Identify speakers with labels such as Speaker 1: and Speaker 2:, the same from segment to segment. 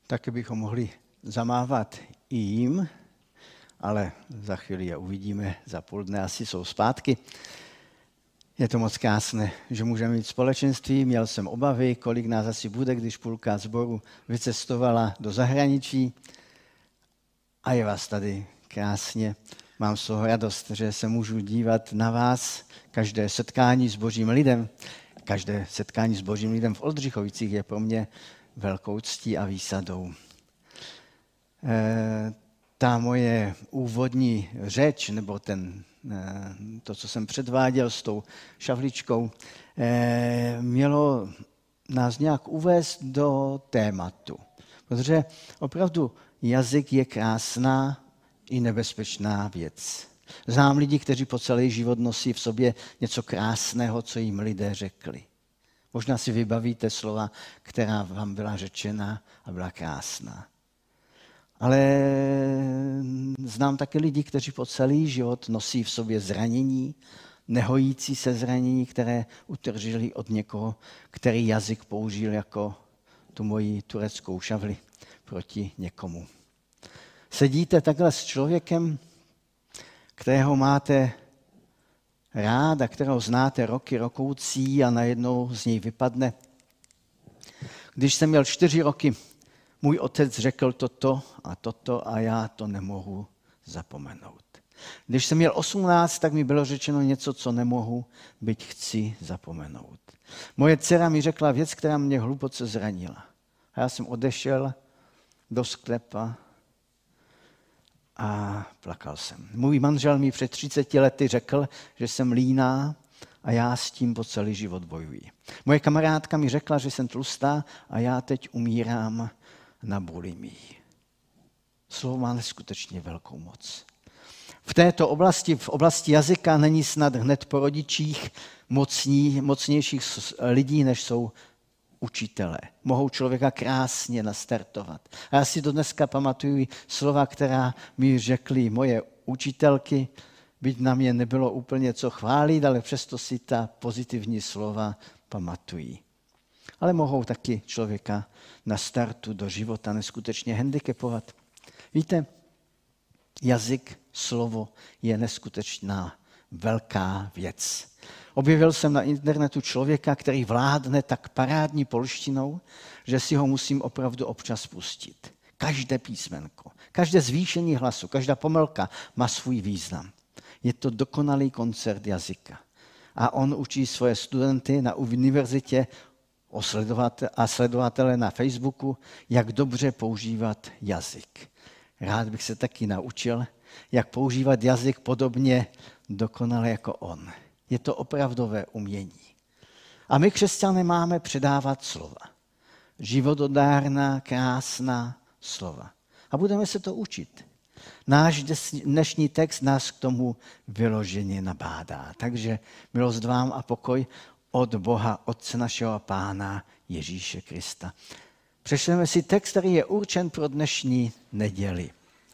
Speaker 1: Taky bychom mohli zamávat i jim, ale za chvíli je uvidíme, za půl dne asi jsou zpátky. Je to moc krásné, že můžeme mít společenství. Měl jsem obavy, kolik nás asi bude, když půlka sboru vycestovala do zahraničí. A je vás tady krásně. Mám z toho radost, že se můžu dívat na vás. Každé setkání s Božím lidem, každé setkání s Božím lidem v Oldřichovicích je pro mě velkou ctí a výsadou. Ta moje úvodní řeč, nebo to, co jsem předváděl s tou šavličkou, mělo nás nějak uvést do tématu. Protože opravdu jazyk je krásná i nebezpečná věc. Znám lidi, kteří po celý život nosí v sobě něco krásného, co jim lidé řekli. Možná si vybavíte slova, která vám byla řečena a byla krásná. Ale znám také lidi, kteří po celý život nosí v sobě zranění, nehojící se zranění, které utržili od někoho, který jazyk použil jako tu moji tureckou šavli proti někomu. Sedíte takhle s člověkem, kterého máte rád a kterého znáte roky rokoucí a najednou z něj vypadne. Když jsem měl 4 roky, můj otec řekl toto a já to nemohu zapomenout. Když jsem měl 18, tak mi bylo řečeno něco, co nemohu, byť chci zapomenout. Moje dcera mi řekla věc, která mě hluboce zranila. A já jsem odešel do sklepa a plakal jsem. Můj manžel mi před 30 lety řekl, že jsem líná a já s tím po celý život bojuji. Moje kamarádka mi řekla, že jsem tlustá a já teď umírám na bulimii. Slovo má neskutečně velkou moc. V této oblasti, v oblasti jazyka, není snad hned po rodičích mocnějších lidí, než jsou učitelé. Mohou člověka krásně nastartovat. A já si do dneska pamatuju slova, která mi řekly moje učitelky, byť na mě nebylo úplně co chválit, ale přesto si ta pozitivní slova pamatují. Ale mohou taky člověka na startu do života neskutečně handicapovat. Víte, jazyk, slovo je neskutečná velká věc. Objevil jsem na internetu člověka, který vládne tak parádní polštinou, že si ho musím opravdu občas pustit. Každé písmenko, každé zvýšení hlasu, každá pomlka má svůj význam. Je to dokonalý koncert jazyka. A on učí svoje studenty na univerzitě a sledovatele na Facebooku, jak dobře používat jazyk. Rád bych se taky naučil, jak používat jazyk podobně dokonale jako on. Je to opravdové umění. A my, křesťané, máme předávat slova. Životodárná, krásná slova. A budeme se to učit. Náš dnešní text nás k tomu vyloženě nabádá. Takže milost vám a pokoj od Boha, Otce našeho a Pána Ježíše Krista. Přečteme si text, který je určen pro dnešní neděli.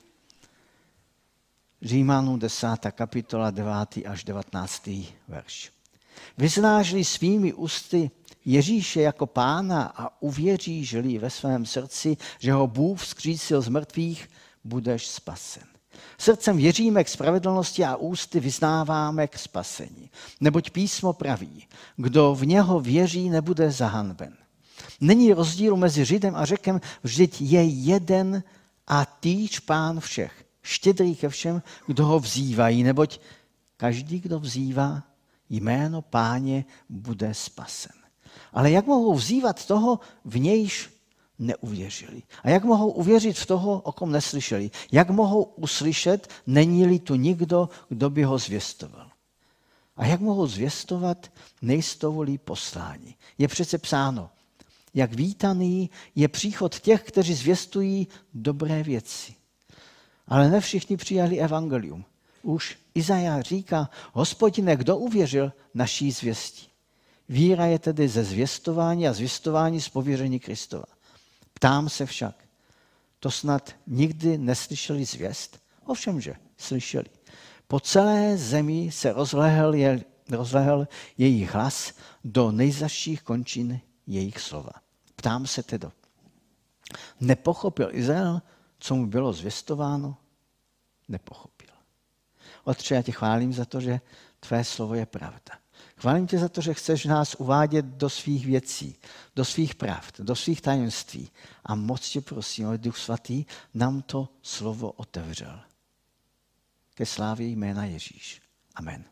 Speaker 1: Římanům 10. kapitola 9. až 19. verš. Vyznáš-li svými ústy Ježíše jako Pána a uvěříš-li ve svém srdci, že ho Bůh vzkřísil z mrtvých, budeš spasen. Srdcem věříme k spravedlnosti a ústy vyznáváme k spasení. Neboť písmo praví, kdo v něho věří, nebude zahanben. Není rozdíl mezi Židem a Řekem, vždyť je jeden a týž Pán všech, štědrý ke všem, kdo ho vzývají, neboť každý, kdo vzývá jméno Páně, bude spasen. Ale jak mohou vzývat toho, v nějž neuvěřili? A jak mohou uvěřit v toho, o kom neslyšeli? Jak mohou uslyšet, není-li tu nikdo, kdo by ho zvěstoval? A jak mohou zvěstovat, nejsou-li posláni? Je přece psáno, jak vítaný je příchod těch, kteří zvěstují dobré věci. Ale ne všichni přijali evangelium. Už Izajáš říká, Hospodine, kdo uvěřil naší zvěstí? Víra je tedy ze zvěstování a zvěstování z pověření Kristova. Ptám se však, to snad nikdy neslyšeli zvěst? Ovšemže slyšeli. Po celé zemi se rozlehl jejich hlas do nejzazších končin jejich slova. Ptám se tedy, Nepochopil Izrael, co mu bylo zvěstováno? Nepochopil. Otče, já tě chválím za to, že tvé slovo je pravda. Chválím tě za to, že chceš nás uvádět do svých věcí, do svých pravd, do svých tajemství. A moc tě prosím, aby Duch Svatý nám to slovo otevřel. Ke slávě jména Ježíš. Amen.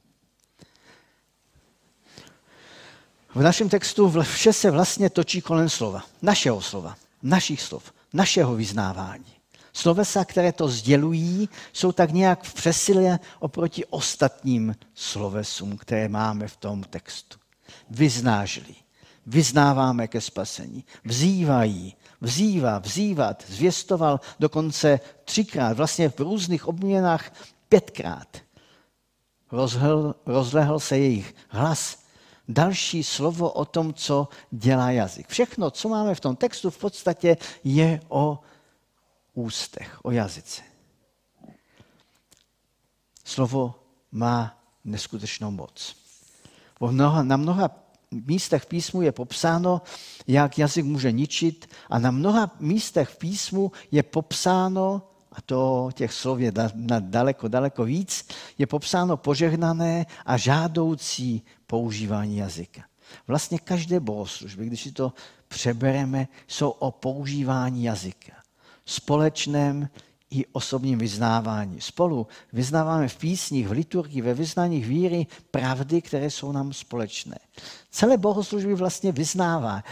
Speaker 1: V našem textu vše se vlastně točí kolem slova, našich slov, našeho vyznávání. Slovesa, které to sdělují, jsou tak nějak v přesile oproti ostatním slovesům, které máme v tom textu. Vyznážli, vyznáváme ke spasení, vzývají, vzývat, zvěstoval dokonce 3krát, vlastně v různých obměnách 5krát. Rozlehl se jejich hlas, další slovo o tom, co dělá jazyk. Všechno, co máme v tom textu, v podstatě je o ústech, o jazyce. Slovo má neskutečnou moc. Na mnoha místech v písmu je popsáno, jak jazyk může ničit, a na mnoha místech v písmu je popsáno, a to těch slov je daleko víc, je popsáno požehnané a žádoucí používání jazyka. Vlastně každé bohoslužby, když si to přebereme, jsou o používání jazyka. Společném i osobním vyznávání. Spolu vyznáváme v písních, v liturgii, ve vyznáních víry pravdy, které jsou nám společné. Celé bohoslužby vlastně vyznává.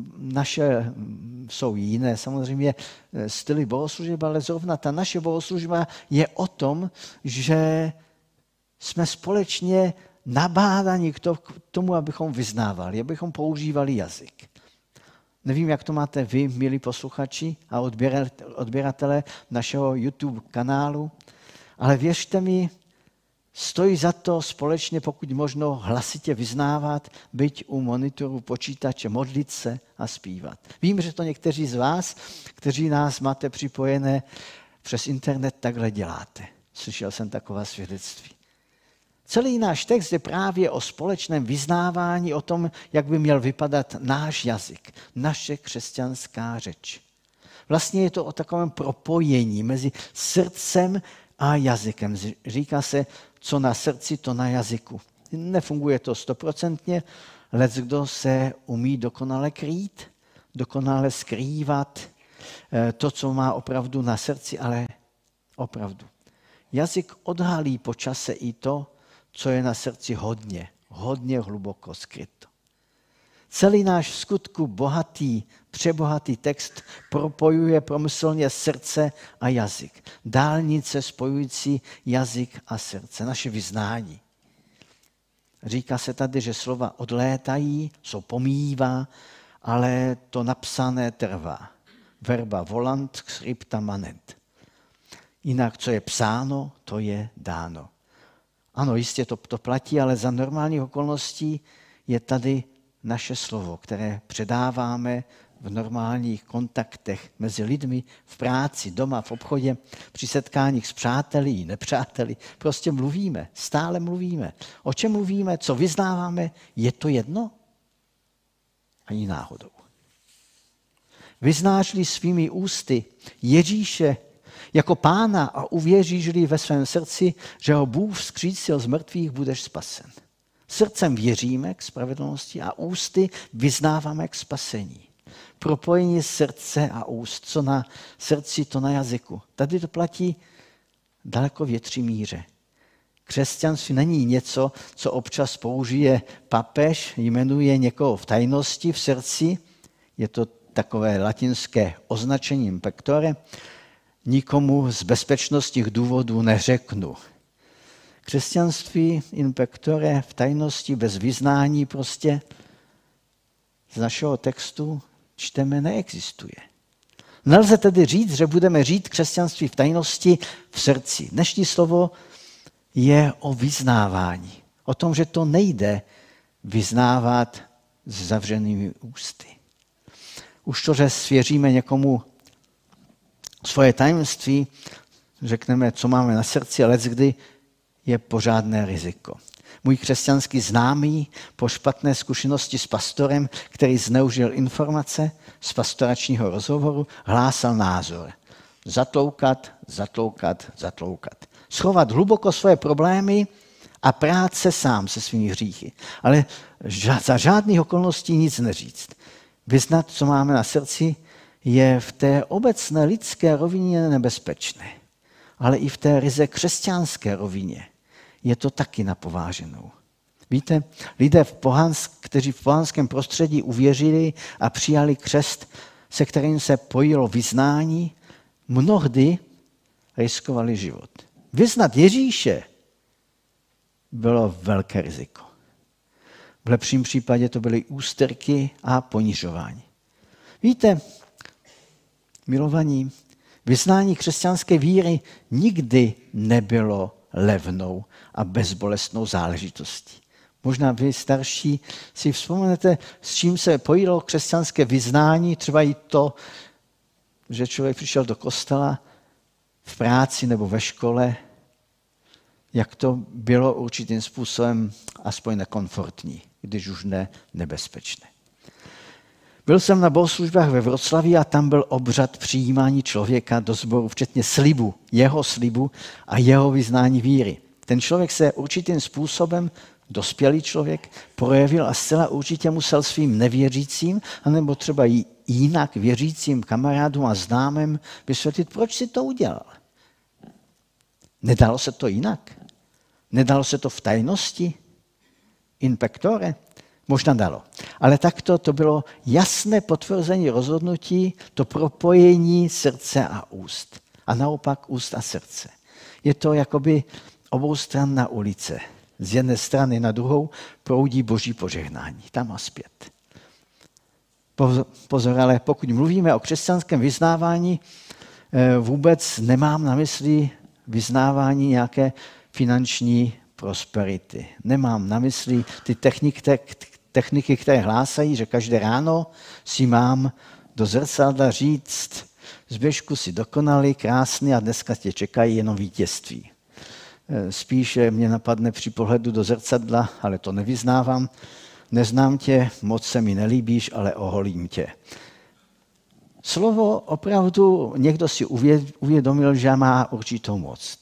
Speaker 1: Naše jsou jiné, samozřejmě styly bohoslužeb, ale zrovna ta naše bohoslužba je o tom, že jsme společně nabádáni k tomu, abychom vyznávali, abychom používali jazyk. Nevím, jak to máte vy, milí posluchači a odběratelé našeho YouTube kanálu, ale věřte mi, stojí za to společně, pokud možno, hlasitě vyznávat, byť u monitoru počítače, modlit se a zpívat. Vím, že to někteří z vás, kteří nás máte připojené přes internet, takhle děláte. Slyšel jsem taková svědectví. Celý náš text je právě o společném vyznávání, o tom, jak by měl vypadat náš jazyk, naše křesťanská řeč. Vlastně je to o takovém propojení mezi srdcem a jazykem. Říká se, co na srdci, to na jazyku. Nefunguje to 100%, leckdo se umí dokonale krýt, dokonale skrývat to, co má opravdu na srdci, ale opravdu. Jazyk odhalí po čase i to, co je na srdci hodně hluboko skryto. Celý náš v skutku přebohatý text propojuje promyslně srdce a jazyk. Dálnice spojující jazyk a srdce, naše vyznání. Říká se tady, že slova odlétají, jsou pomíjivá, ale to napsané trvá. Verba volant, scripta manent. Jinak, co je psáno, to je dáno. Ano, jistě to platí, ale za normálních okolností je tady naše slovo, které předáváme v normálních kontaktech mezi lidmi, v práci, doma, v obchodě, při setkáních s přáteli i nepřáteli. Prostě mluvíme, stále mluvíme. O čem mluvíme, co vyznáváme, je to jedno? Ani náhodou. Vyznáš-li svými ústy Ježíše jako Pána a uvěříš-li ve svém srdci, že ho Bůh vzkřísil z mrtvých, budeš spasen. Srdcem věříme k spravedlnosti a ústy vyznáváme k spasení. Propojení srdce a úst, co na srdci, to na jazyku. Tady to platí daleko větší míře. Křesťanství není něco, co občas použije papež, jmenuje někoho v tajnosti v srdci, je to takové latinské označení in pectore, nikomu z bezpečnostních důvodů neřeknu. Křesťanství in pectore v tajnosti, bez vyznání prostě z našeho textu čteme neexistuje. Nelze tedy říct, že budeme žít křesťanství v tajnosti v srdci. Dnešní slovo je o vyznávání. O tom, že to nejde vyznávat s zavřenými ústy. Už to, že svěříme někomu svoje tajemství, řekneme, co máme na srdci, ale leckdy je pořádné riziko. Můj křesťanský známý po špatné zkušenosti s pastorem, který zneužil informace z pastoračního rozhovoru, hlásal názor. Zatloukat, zatloukat, zatloukat. Schovat hluboko svoje problémy a práce sám se svými hříchy. Ale za žádných okolností nic neříct. Vyznat, co máme na srdci, je v té obecné lidské rovině nebezpečné. Ale i v té ryze křesťanské rovině je to taky na pováženou. Víte, lidé, kteří v pohanském prostředí uvěřili a přijali křest, se kterým se pojilo vyznání, mnohdy riskovali život. Vyznat Ježíše bylo velké riziko. V lepším případě to byly ústerky a ponižování. Víte, milovaní, vyznání křesťanské víry nikdy nebylo levnou a bezbolestnou záležitostí. Možná vy starší si vzpomenete, s čím se pojilo křesťanské vyznání, třeba i to, že člověk přišel do kostela v práci nebo ve škole, jak to bylo určitým způsobem aspoň nekomfortní, když už ne nebezpečné. Byl jsem na bohoslužbách ve Vroclaví a tam byl obřad přijímání člověka do sboru, včetně slibu a jeho vyznání víry. Ten člověk se určitým způsobem, dospělý člověk, projevil a zcela určitě musel svým nevěřícím, anebo třeba i jinak věřícím kamarádům a známým vysvětlit, proč si to udělal. Nedalo se to jinak? Nedalo se to v tajnosti? In pectore? Možná dalo. Ale takto to bylo jasné potvrzení rozhodnutí, to propojení srdce a úst. A naopak úst a srdce. Je to jakoby oboustranná ulice. Z jedné strany na druhou proudí boží požehnání. Tam a zpět. Pozor, ale pokud mluvíme o křesťanském vyznávání, vůbec nemám na mysli vyznávání nějaké finanční prosperity. Nemám na mysli ty techniky, které hlásají, že každé ráno si mám do zrcadla říct, Zběšku si dokonalý, krásný a dneska tě čekají jenom vítězství. Spíše mě napadne při pohledu do zrcadla, ale to nevyznávám, neznám tě, moc se mi nelíbíš, ale oholím tě. Slovo opravdu někdo si uvědomil, že má určitou moc.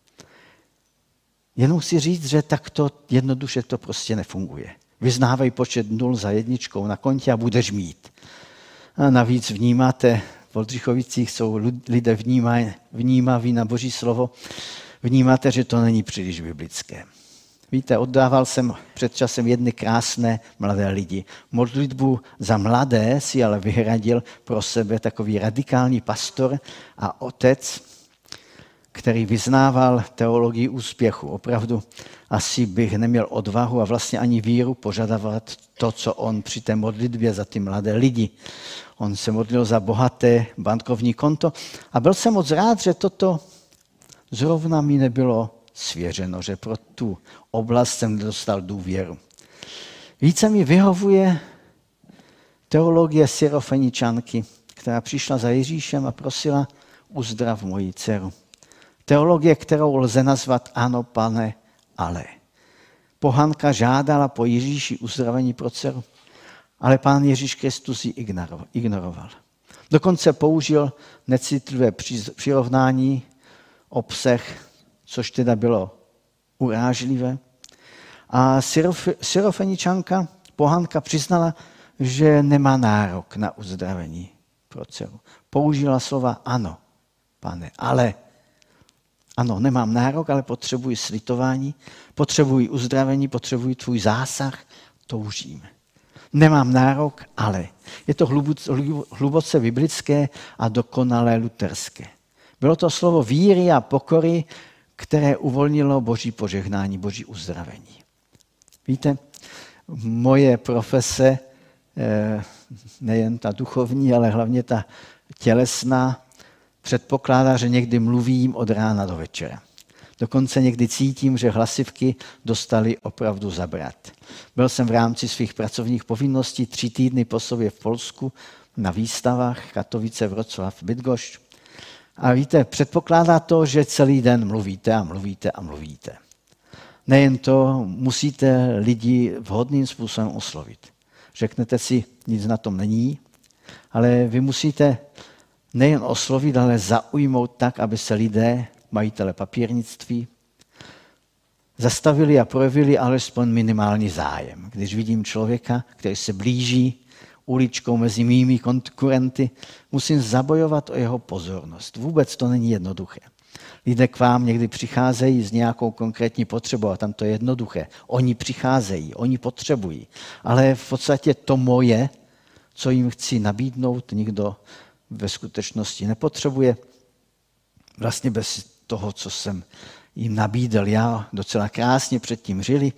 Speaker 1: Jenom chci říct, že takto jednoduše to prostě nefunguje. Vyznávej počet nul za jedničkou na kontě a budeš mít. A navíc vnímáte, v Oldřichovicích jsou lidé vnímaví na Boží slovo, vnímáte, že to není příliš biblické. Víte, oddával jsem před časem jedny krásné mladé lidi. Modlitbu za mladé si ale vyhradil pro sebe takový radikální pastor a otec, který vyznával teologii úspěchu. Opravdu asi bych neměl odvahu a vlastně ani víru požadovat to, co on při té modlitbě za ty mladé lidi. On se modlil za bohaté bankovní konto a byl jsem moc rád, že toto zrovna mi nebylo svěřeno, že pro tu oblast jsem nedostal důvěru. Více mi vyhovuje teologie Syrofeničanky, která přišla za Ježíšem a prosila, uzdrav moji dceru. Teologie, kterou lze nazvat ano, pane, ale. Pohanka žádala po Ježíši uzdravení pro dceru, ale pán Ježíš Kristus ji ignoroval. Dokonce použil necitlivé přirovnání, obsah, což teda bylo urážlivé. A Syrofeničanka, pohanka, přiznala, že nemá nárok na uzdravení pro dceru. Použila slova ano, pane, ale. Ano, nemám nárok, ale potřebuji slitování, potřebuji uzdravení, potřebuji tvůj zásah, toužím. Nemám nárok, ale. Je to hluboce biblické a dokonale luterské. Bylo to slovo víry a pokory, které uvolnilo Boží požehnání, Boží uzdravení. Víte, moje profese, nejen ta duchovní, ale hlavně ta tělesná, předpokládá, že někdy mluvím od rána do večera. Dokonce někdy cítím, že hlasivky dostaly opravdu zabrat. Byl jsem v rámci svých pracovních povinností 3 týdny po sobě v Polsku na výstavách Katovice, Wrocław, Bydgoszcz. A víte, předpokládá to, že celý den mluvíte a mluvíte a mluvíte. Nejen to, musíte lidi vhodným způsobem oslovit. Řeknete si, nic na tom není, ale vy musíte nejen oslovit, ale zaujmout tak, aby se lidé, majitele papírnictví, zastavili a projevili alespoň minimální zájem. Když vidím člověka, který se blíží uličkou mezi mými konkurenty, musím zabojovat o jeho pozornost. Vůbec to není jednoduché. Lidé k vám někdy přicházejí s nějakou konkrétní potřebou a tam to je jednoduché. Oni přicházejí, oni potřebují. Ale v podstatě to moje, co jim chci nabídnout, nikdo ve skutečnosti nepotřebuje. Vlastně bez toho, co jsem jim nabídl, já docela krásně předtím žili.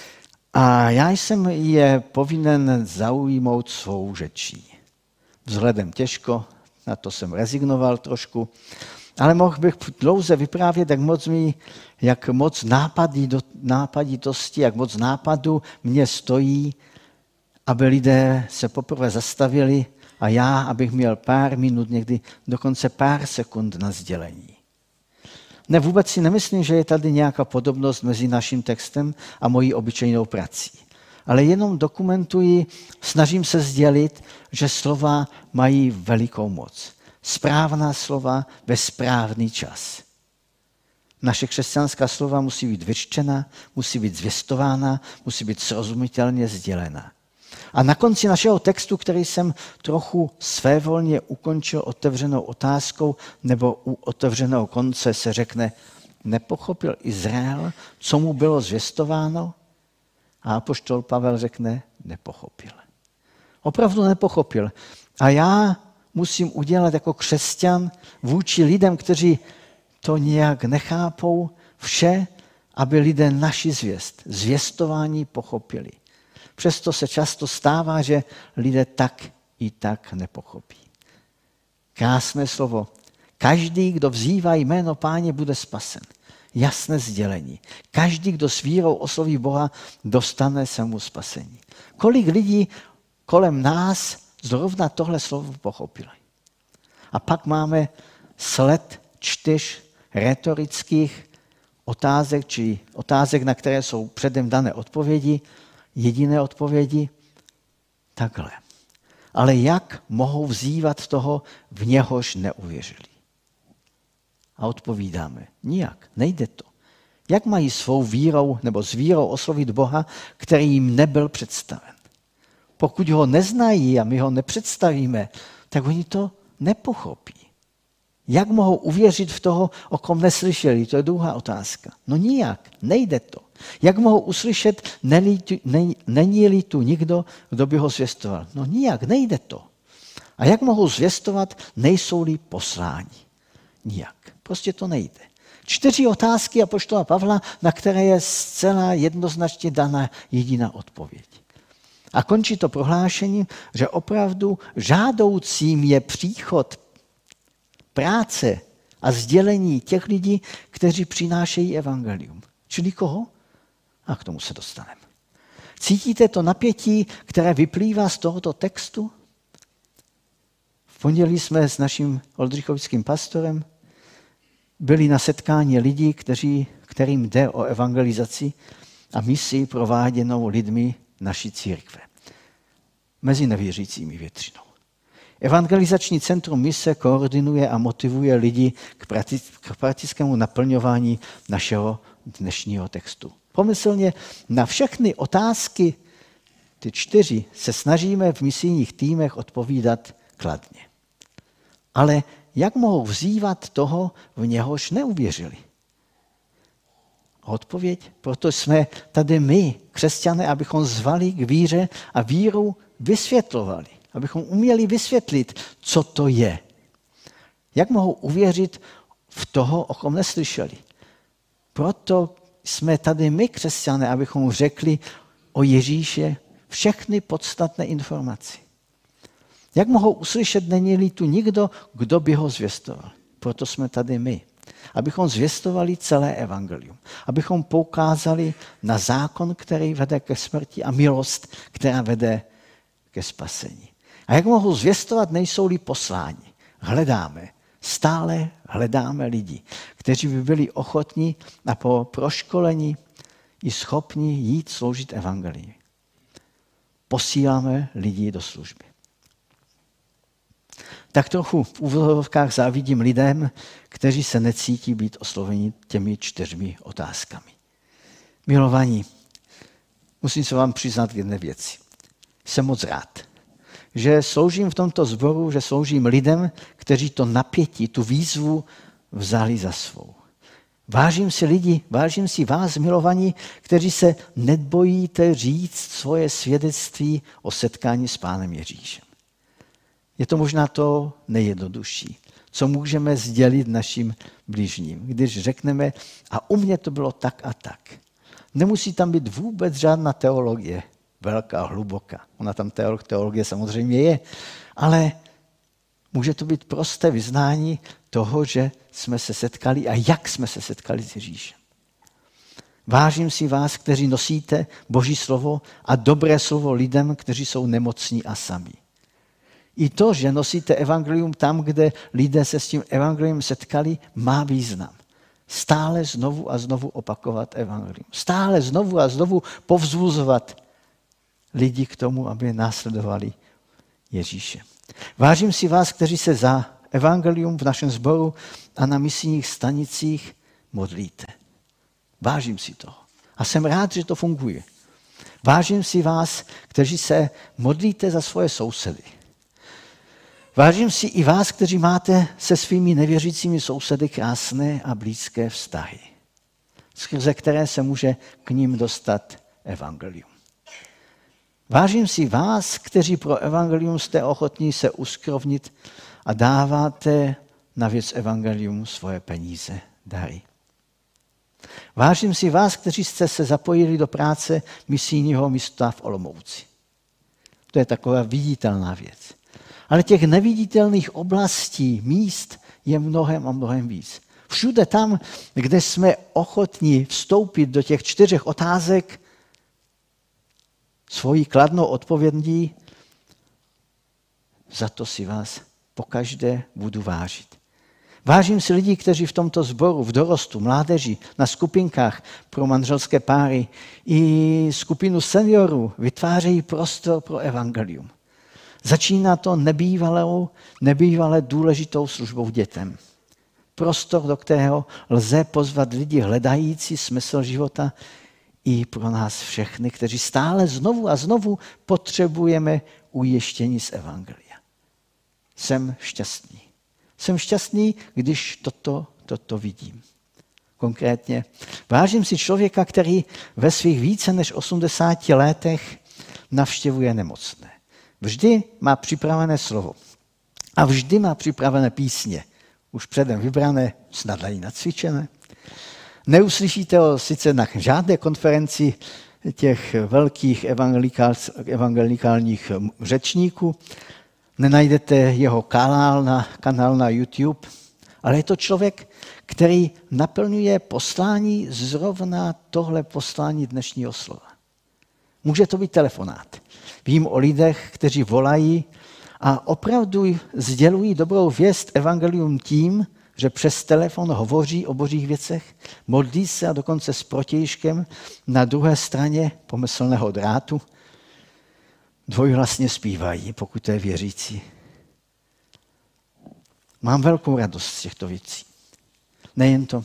Speaker 1: A já jsem je povinen zaujmout svou řečí. Vzhledem těžko, na to jsem rezignoval trošku, ale mohl bych dlouze vyprávět, jak moc nápaditosti, jak moc nápadu mě stojí, aby lidé se poprvé zastavili a já, abych měl pár minut, někdy dokonce pár sekund na sdělení. Ne, vůbec si nemyslím, že je tady nějaká podobnost mezi naším textem a mojí obyčejnou prací. Ale jenom dokumentuji, snažím se sdělit, že slova mají velikou moc. Správná slova ve správný čas. Naše křesťanská slova musí být vyřčena, musí být zvěstována, musí být srozumitelně sdělena. A na konci našeho textu, který jsem trochu svévolně ukončil otevřenou otázkou, nebo u otevřeného konce se řekne, nepochopil Izrael, co mu bylo zvěstováno? A apoštol Pavel řekne, nepochopil. Opravdu nepochopil. A já musím udělat jako křesťan vůči lidem, kteří to nějak nechápou, vše, aby lidé naši zvěstování pochopili. Přesto se často stává, že lidé tak i tak nepochopí. Krásné slovo. Každý, kdo vzývá jméno Páně, bude spasen. Jasné sdělení. Každý, kdo s vírou osloví Boha, dostane se mu spasení. Kolik lidí kolem nás zrovna tohle slovo pochopili. A pak máme sled 4 retorických otázek, či otázek, na které jsou předem dané odpovědi, jediné odpovědi, takhle. Ale jak mohou vzývat toho, v něhož neuvěřili? A odpovídáme, nijak, nejde to. Jak mají svou vírou nebo s vírou oslovit Boha, který jim nebyl představen? Pokud ho neznají a my ho nepředstavíme, tak oni to nepochopí. Jak mohou uvěřit v toho, o kom neslyšeli? To je druhá otázka. No nijak, nejde to. Jak mohou uslyšet, není-li tu nikdo, kdo by ho zvěstoval? No nijak, nejde to. A jak mohou zvěstovat, nejsou-li posláni? Nijak. Prostě to nejde. 4 otázky apoštola Pavla, na které je zcela jednoznačně daná jediná odpověď. A končí to prohlášením, že opravdu žádoucím je příchod, práce a sdělení těch lidí, kteří přinášejí evangelium. Čili koho? A k tomu se dostaneme. Cítíte to napětí, které vyplývá z tohoto textu? V pondělí jsme s naším oldřichovickým pastorem byli na setkání lidí, kterým jde o evangelizaci a misi prováděnou lidmi naší církve. Mezi nevěřícími většinou. Evangelizační centrum mise koordinuje a motivuje lidi k praktickému naplňování našeho dnešního textu. Pomyslně na všechny otázky, ty 4, se snažíme v misijních týmech odpovídat kladně. Ale jak mohou vzývat toho, v něhož neuvěřili? A odpověď, proto jsme tady my, křesťané, abychom zvali k víře a víru vysvětlovali. Abychom uměli vysvětlit, co to je. Jak mohou uvěřit v toho, o kom neslyšeli? Proto jsme tady my, křesťané, abychom řekli o Ježíše všechny podstatné informace. Jak mohou uslyšet, není-li tu nikdo, kdo by ho zvěstoval? Proto jsme tady my. Abychom zvěstovali celé evangelium. Abychom poukázali na zákon, který vede ke smrti a milost, která vede ke spasení. A jak mohou zvěstovat, nejsou-li posláni? Stále hledáme lidi, kteří by byli ochotní a po proškolení i schopni jít sloužit evangelii. Posíláme lidi do služby. Tak trochu v úvodovkách závidím lidem, kteří se necítí být osloveni těmi 4 otázkami. Milovaní, musím se vám přiznat jedné věci. Jsem moc rád, že sloužím v tomto sboru, že sloužím lidem, kteří to napětí, tu výzvu vzali za svou. Vážím si vás, milovaní, kteří se nebojíte říct svoje svědectví o setkání s Pánem Ježíšem. Je to možná to nejjednodušší, co můžeme sdělit našim bližním, když řekneme, a u mě to bylo tak a tak. Nemusí tam být vůbec žádná teologie, velká, hluboká. Ona tam teologie samozřejmě je, ale může to být prosté vyznání toho, že jsme se setkali a jak jsme se setkali s Ježíšem. Vážím si vás, kteří nosíte Boží slovo a dobré slovo lidem, kteří jsou nemocní a samí. I to, že nosíte evangelium tam, kde lidé se s tím evangelium setkali, má význam. Stále znovu a znovu opakovat evangelium. Stále znovu a znovu povzbuzovat lidi k tomu, aby následovali Ježíše. Vážím si vás, kteří se za evangelium v našem sboru a na misijních stanicích modlíte. Vážím si toho. A jsem rád, že to funguje. Vážím si vás, kteří se modlíte za svoje sousedy. Vážím si i vás, kteří máte se svými nevěřícími sousedy krásné a blízké vztahy, skrze které se může k ním dostat evangelium. Vážím si vás, kteří pro evangelium jste ochotní se uskrovnit a dáváte na věc evangelium svoje peníze, dary. Vážím si vás, kteří jste se zapojili do práce misijního místa v Olomouci. To je taková viditelná věc. Ale těch neviditelných oblastí, míst je mnohem a mnohem víc. Všude tam, kde jsme ochotní vstoupit do těch 4 otázek, svojí kladnou odpovědí, za to si vás pokaždé budu vážit. Vážím si lidí, kteří v tomto sboru, v dorostu, mládeži, na skupinkách pro manželské páry i skupinu seniorů vytvářejí prostor pro evangelium. Začíná to nebývalé důležitou službou dětem. Prostor, do kterého lze pozvat lidi hledající smysl života i pro nás všechny, kteří stále znovu a znovu potřebujeme ujištění z evangelia. Jsem šťastný. Jsem šťastný, když toto vidím. Konkrétně vážím si člověka, který ve svých více než 80 letech navštěvuje nemocné. Vždy má připravené slovo a vždy má připravené písně. Už předem vybrané, snad i nacvičené. Neuslyšíte ho sice na žádné konferenci těch velkých evangelikálních řečníků, nenajdete jeho kanál na YouTube, ale je to člověk, který naplňuje poslání, zrovna tohle poslání dnešního slova. Může to být telefonát. Vím o lidech, kteří volají a opravdu sdělují dobrou věst evangelium tím, že přes telefon hovoří o božích věcech, modlí se a dokonce s protějškem na druhé straně pomyslného drátu dvojhlasně zpívají, pokud to je věřící. Mám velkou radost z těchto věcí. Nejen to.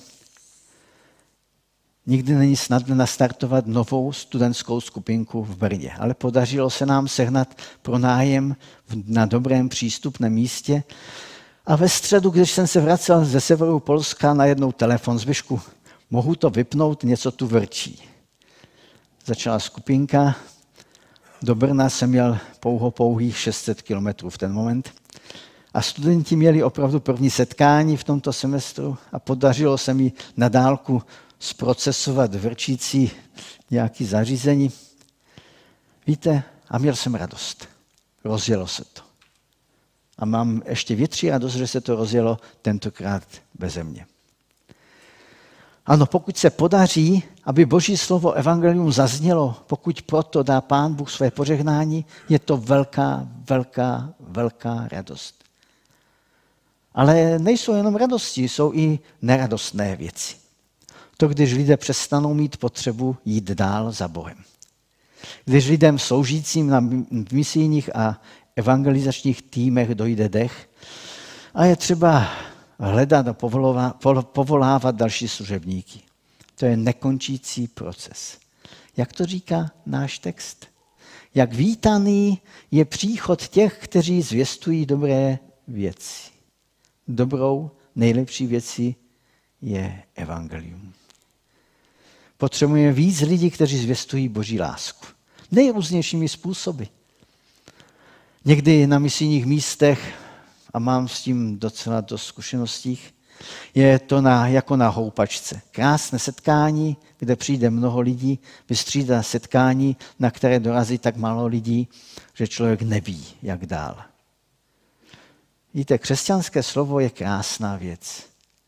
Speaker 1: Nikdy není snadné nastartovat novou studentskou skupinku v Brně, ale podařilo se nám sehnat pronájem na dobrém přístupném místě. A ve středu, když jsem se vracel ze severu Polska, najednou telefon Zbyšku, mohu to vypnout, něco tu vrčí. Začala skupinka, do Brna jsem měl pouhých 600 kilometrů v ten moment. A studenti měli opravdu první setkání v tomto semestru a podařilo se mi na dálku zprocesovat vrčící nějaké zařízení. Víte, a měl jsem radost. Rozjelo se to. A mám ještě větší radost, že se to rozjelo tentokrát beze mě. Ano, pokud se podaří, aby Boží slovo evangelium zaznělo, pokud proto dá Pán Bůh své požehnání, je to velká, velká, velká radost. Ale nejsou jenom radosti, jsou i neradostné věci. To, když lidé přestanou mít potřebu jít dál za Bohem. Když lidem sloužícím na misijních a evangelizačních týmech dojde dech a je třeba hledat a povolávat další služebníky. To je nekončící proces. Jak to říká náš text? Jak vítaný je příchod těch, kteří zvěstují dobré věci. Dobrou, nejlepší věcí je evangelium. Potřebujeme víc lidí, kteří zvěstují Boží lásku. Nejrůznějšími způsoby. Někdy na misijních místech, a mám s tím docela dost zkušeností, je to jako na houpačce. Krásné setkání, kde přijde mnoho lidí, vystřídá setkání, na které dorazí tak málo lidí, že člověk neví, jak dál. Víte, křesťanské slovo je krásná věc.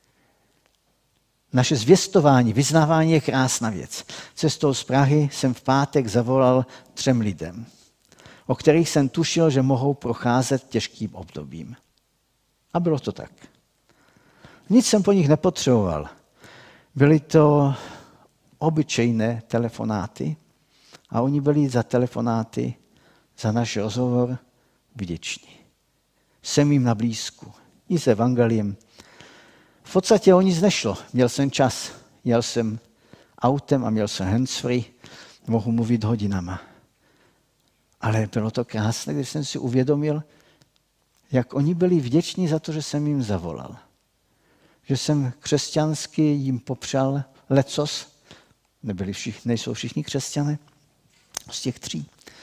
Speaker 1: Naše zvěstování, vyznávání je krásná věc. Cestou z Prahy jsem v pátek zavolal 3 lidem, o kterých jsem tušil, že mohou procházet těžkým obdobím. A bylo to tak. Nic jsem po nich nepotřeboval. Byly to obyčejné telefonáty a oni byli za telefonáty, za náš rozhovor vděční. Jsem jim na blízku, i s evangeliem. V podstatě o nic nešlo. Měl jsem čas, jel jsem autem a měl jsem handsfree, mohu mluvit hodinama. Ale bylo to krásné, když jsem si uvědomil, jak oni byli vděční za to, že jsem jim zavolal. Že jsem křesťansky jim popřál lecos, nejsou všichni křesťané, z těch 3.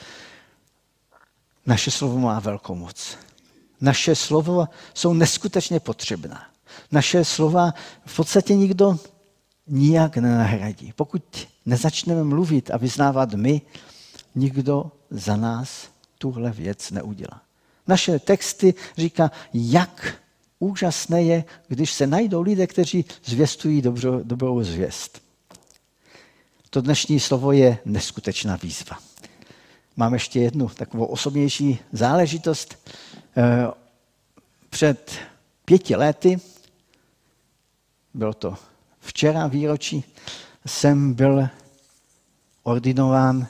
Speaker 1: Naše slovo má velkou moc. Naše slova jsou neskutečně potřebná. Naše slova v podstatě nikdo nijak nenahradí. Pokud nezačneme mluvit a vyznávat my, nikdo za nás tuhle věc neudělá. Naše texty říká, jak úžasné je, když se najdou lidé, kteří zvěstují dobrou zvěst. To dnešní slovo je neskutečná výzva. Mám ještě jednu takovou osobnější záležitost. Před 5 lety, bylo to včera výročí, jsem byl ordinován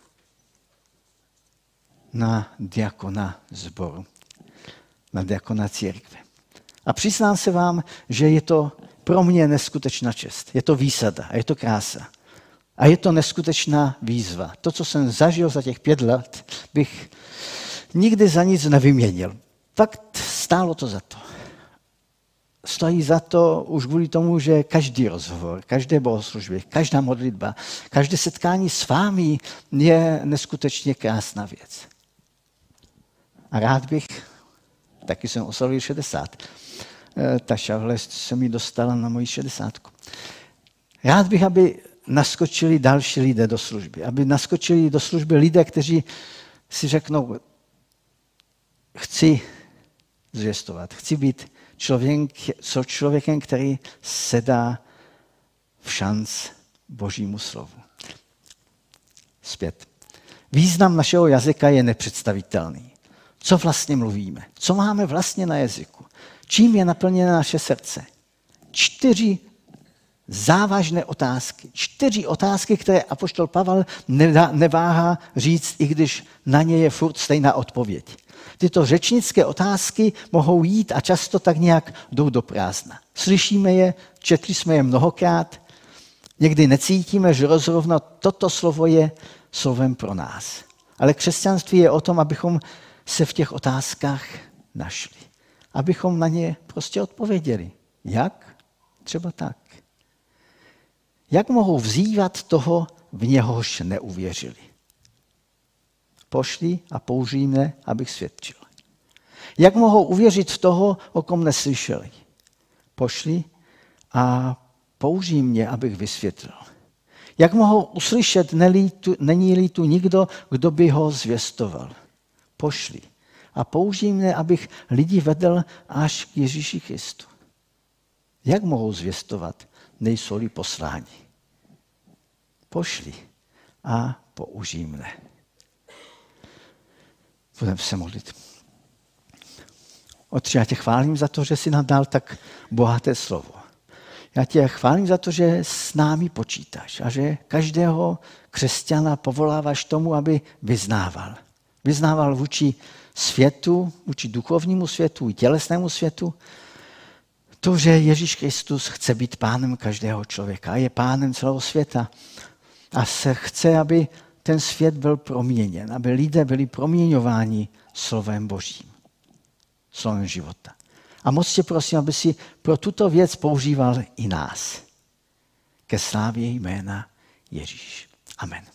Speaker 1: na diakona sboru, na diakona církve. A přiznám se vám, že je to pro mě neskutečná čest. Je to výsada a je to krása. A je to neskutečná výzva. To, co jsem zažil za těch 5 let, bych nikdy za nic nevyměnil. Fakt stálo to za to. Stojí za to už kvůli tomu, že každý rozhovor, každé bohoslužby, každá modlitba, každé setkání s vámi je neskutečně krásná věc. A rád bych, taky jsem oslavil 60. Ta šavle se mi dostala na moji 60. Rád bych, aby naskočili další lidé do služby. Aby naskočili do služby lidé, kteří si řeknou, chci zvěstovat, chci být člověkem, který se dá v šanc Božímu slovu. Zpět. Význam našeho jazyka je nepředstavitelný. Co vlastně mluvíme? Co máme vlastně na jazyku? Čím je naplněné naše srdce? 4 závažné otázky. 4 otázky, které apoštol Pavel neváhá říct, i když na ně je furt stejná odpověď. Tyto řečnické otázky mohou jít a často tak nějak jdou do prázdna. Slyšíme je, četli jsme je mnohokrát, někdy necítíme, že rozrovno toto slovo je slovem pro nás. Ale křesťanství je o tom, abychom se v těch otázkách našli. Abychom na ně prostě odpověděli. Jak? Třeba tak. Jak mohou vzývat toho, v něhož neuvěřili? Pošli a použij mne, abych svědčil. Jak mohou uvěřit v toho, o kom neslyšeli? Pošli a použij mě, abych vysvětlil. Jak mohou uslyšet, není-li tu nikdo, kdo by ho zvěstoval? Pošli a použij mne, abych lidi vedl až k Ježíši Kristu. Jak mohou zvěstovat, nejsou-li posláni? Pošli a použij mne. Budeme se modlit. Otče, já tě chválím za to, že jsi nám dal tak bohaté slovo. Já tě chválím za to, že s námi počítáš a že každého křesťana povoláváš tomu, aby vyznával. Vyznával vůči světu, vůči duchovnímu světu i tělesnému světu, to, že Ježíš Kristus chce být pánem každého člověka a je pánem celého světa. A se chce, aby ten svět byl proměněn, aby lidé byli proměňováni slovem Božím, slovem života. A moc tě prosím, aby si pro tuto věc používal i nás. Ke slávě jména Ježíš. Amen.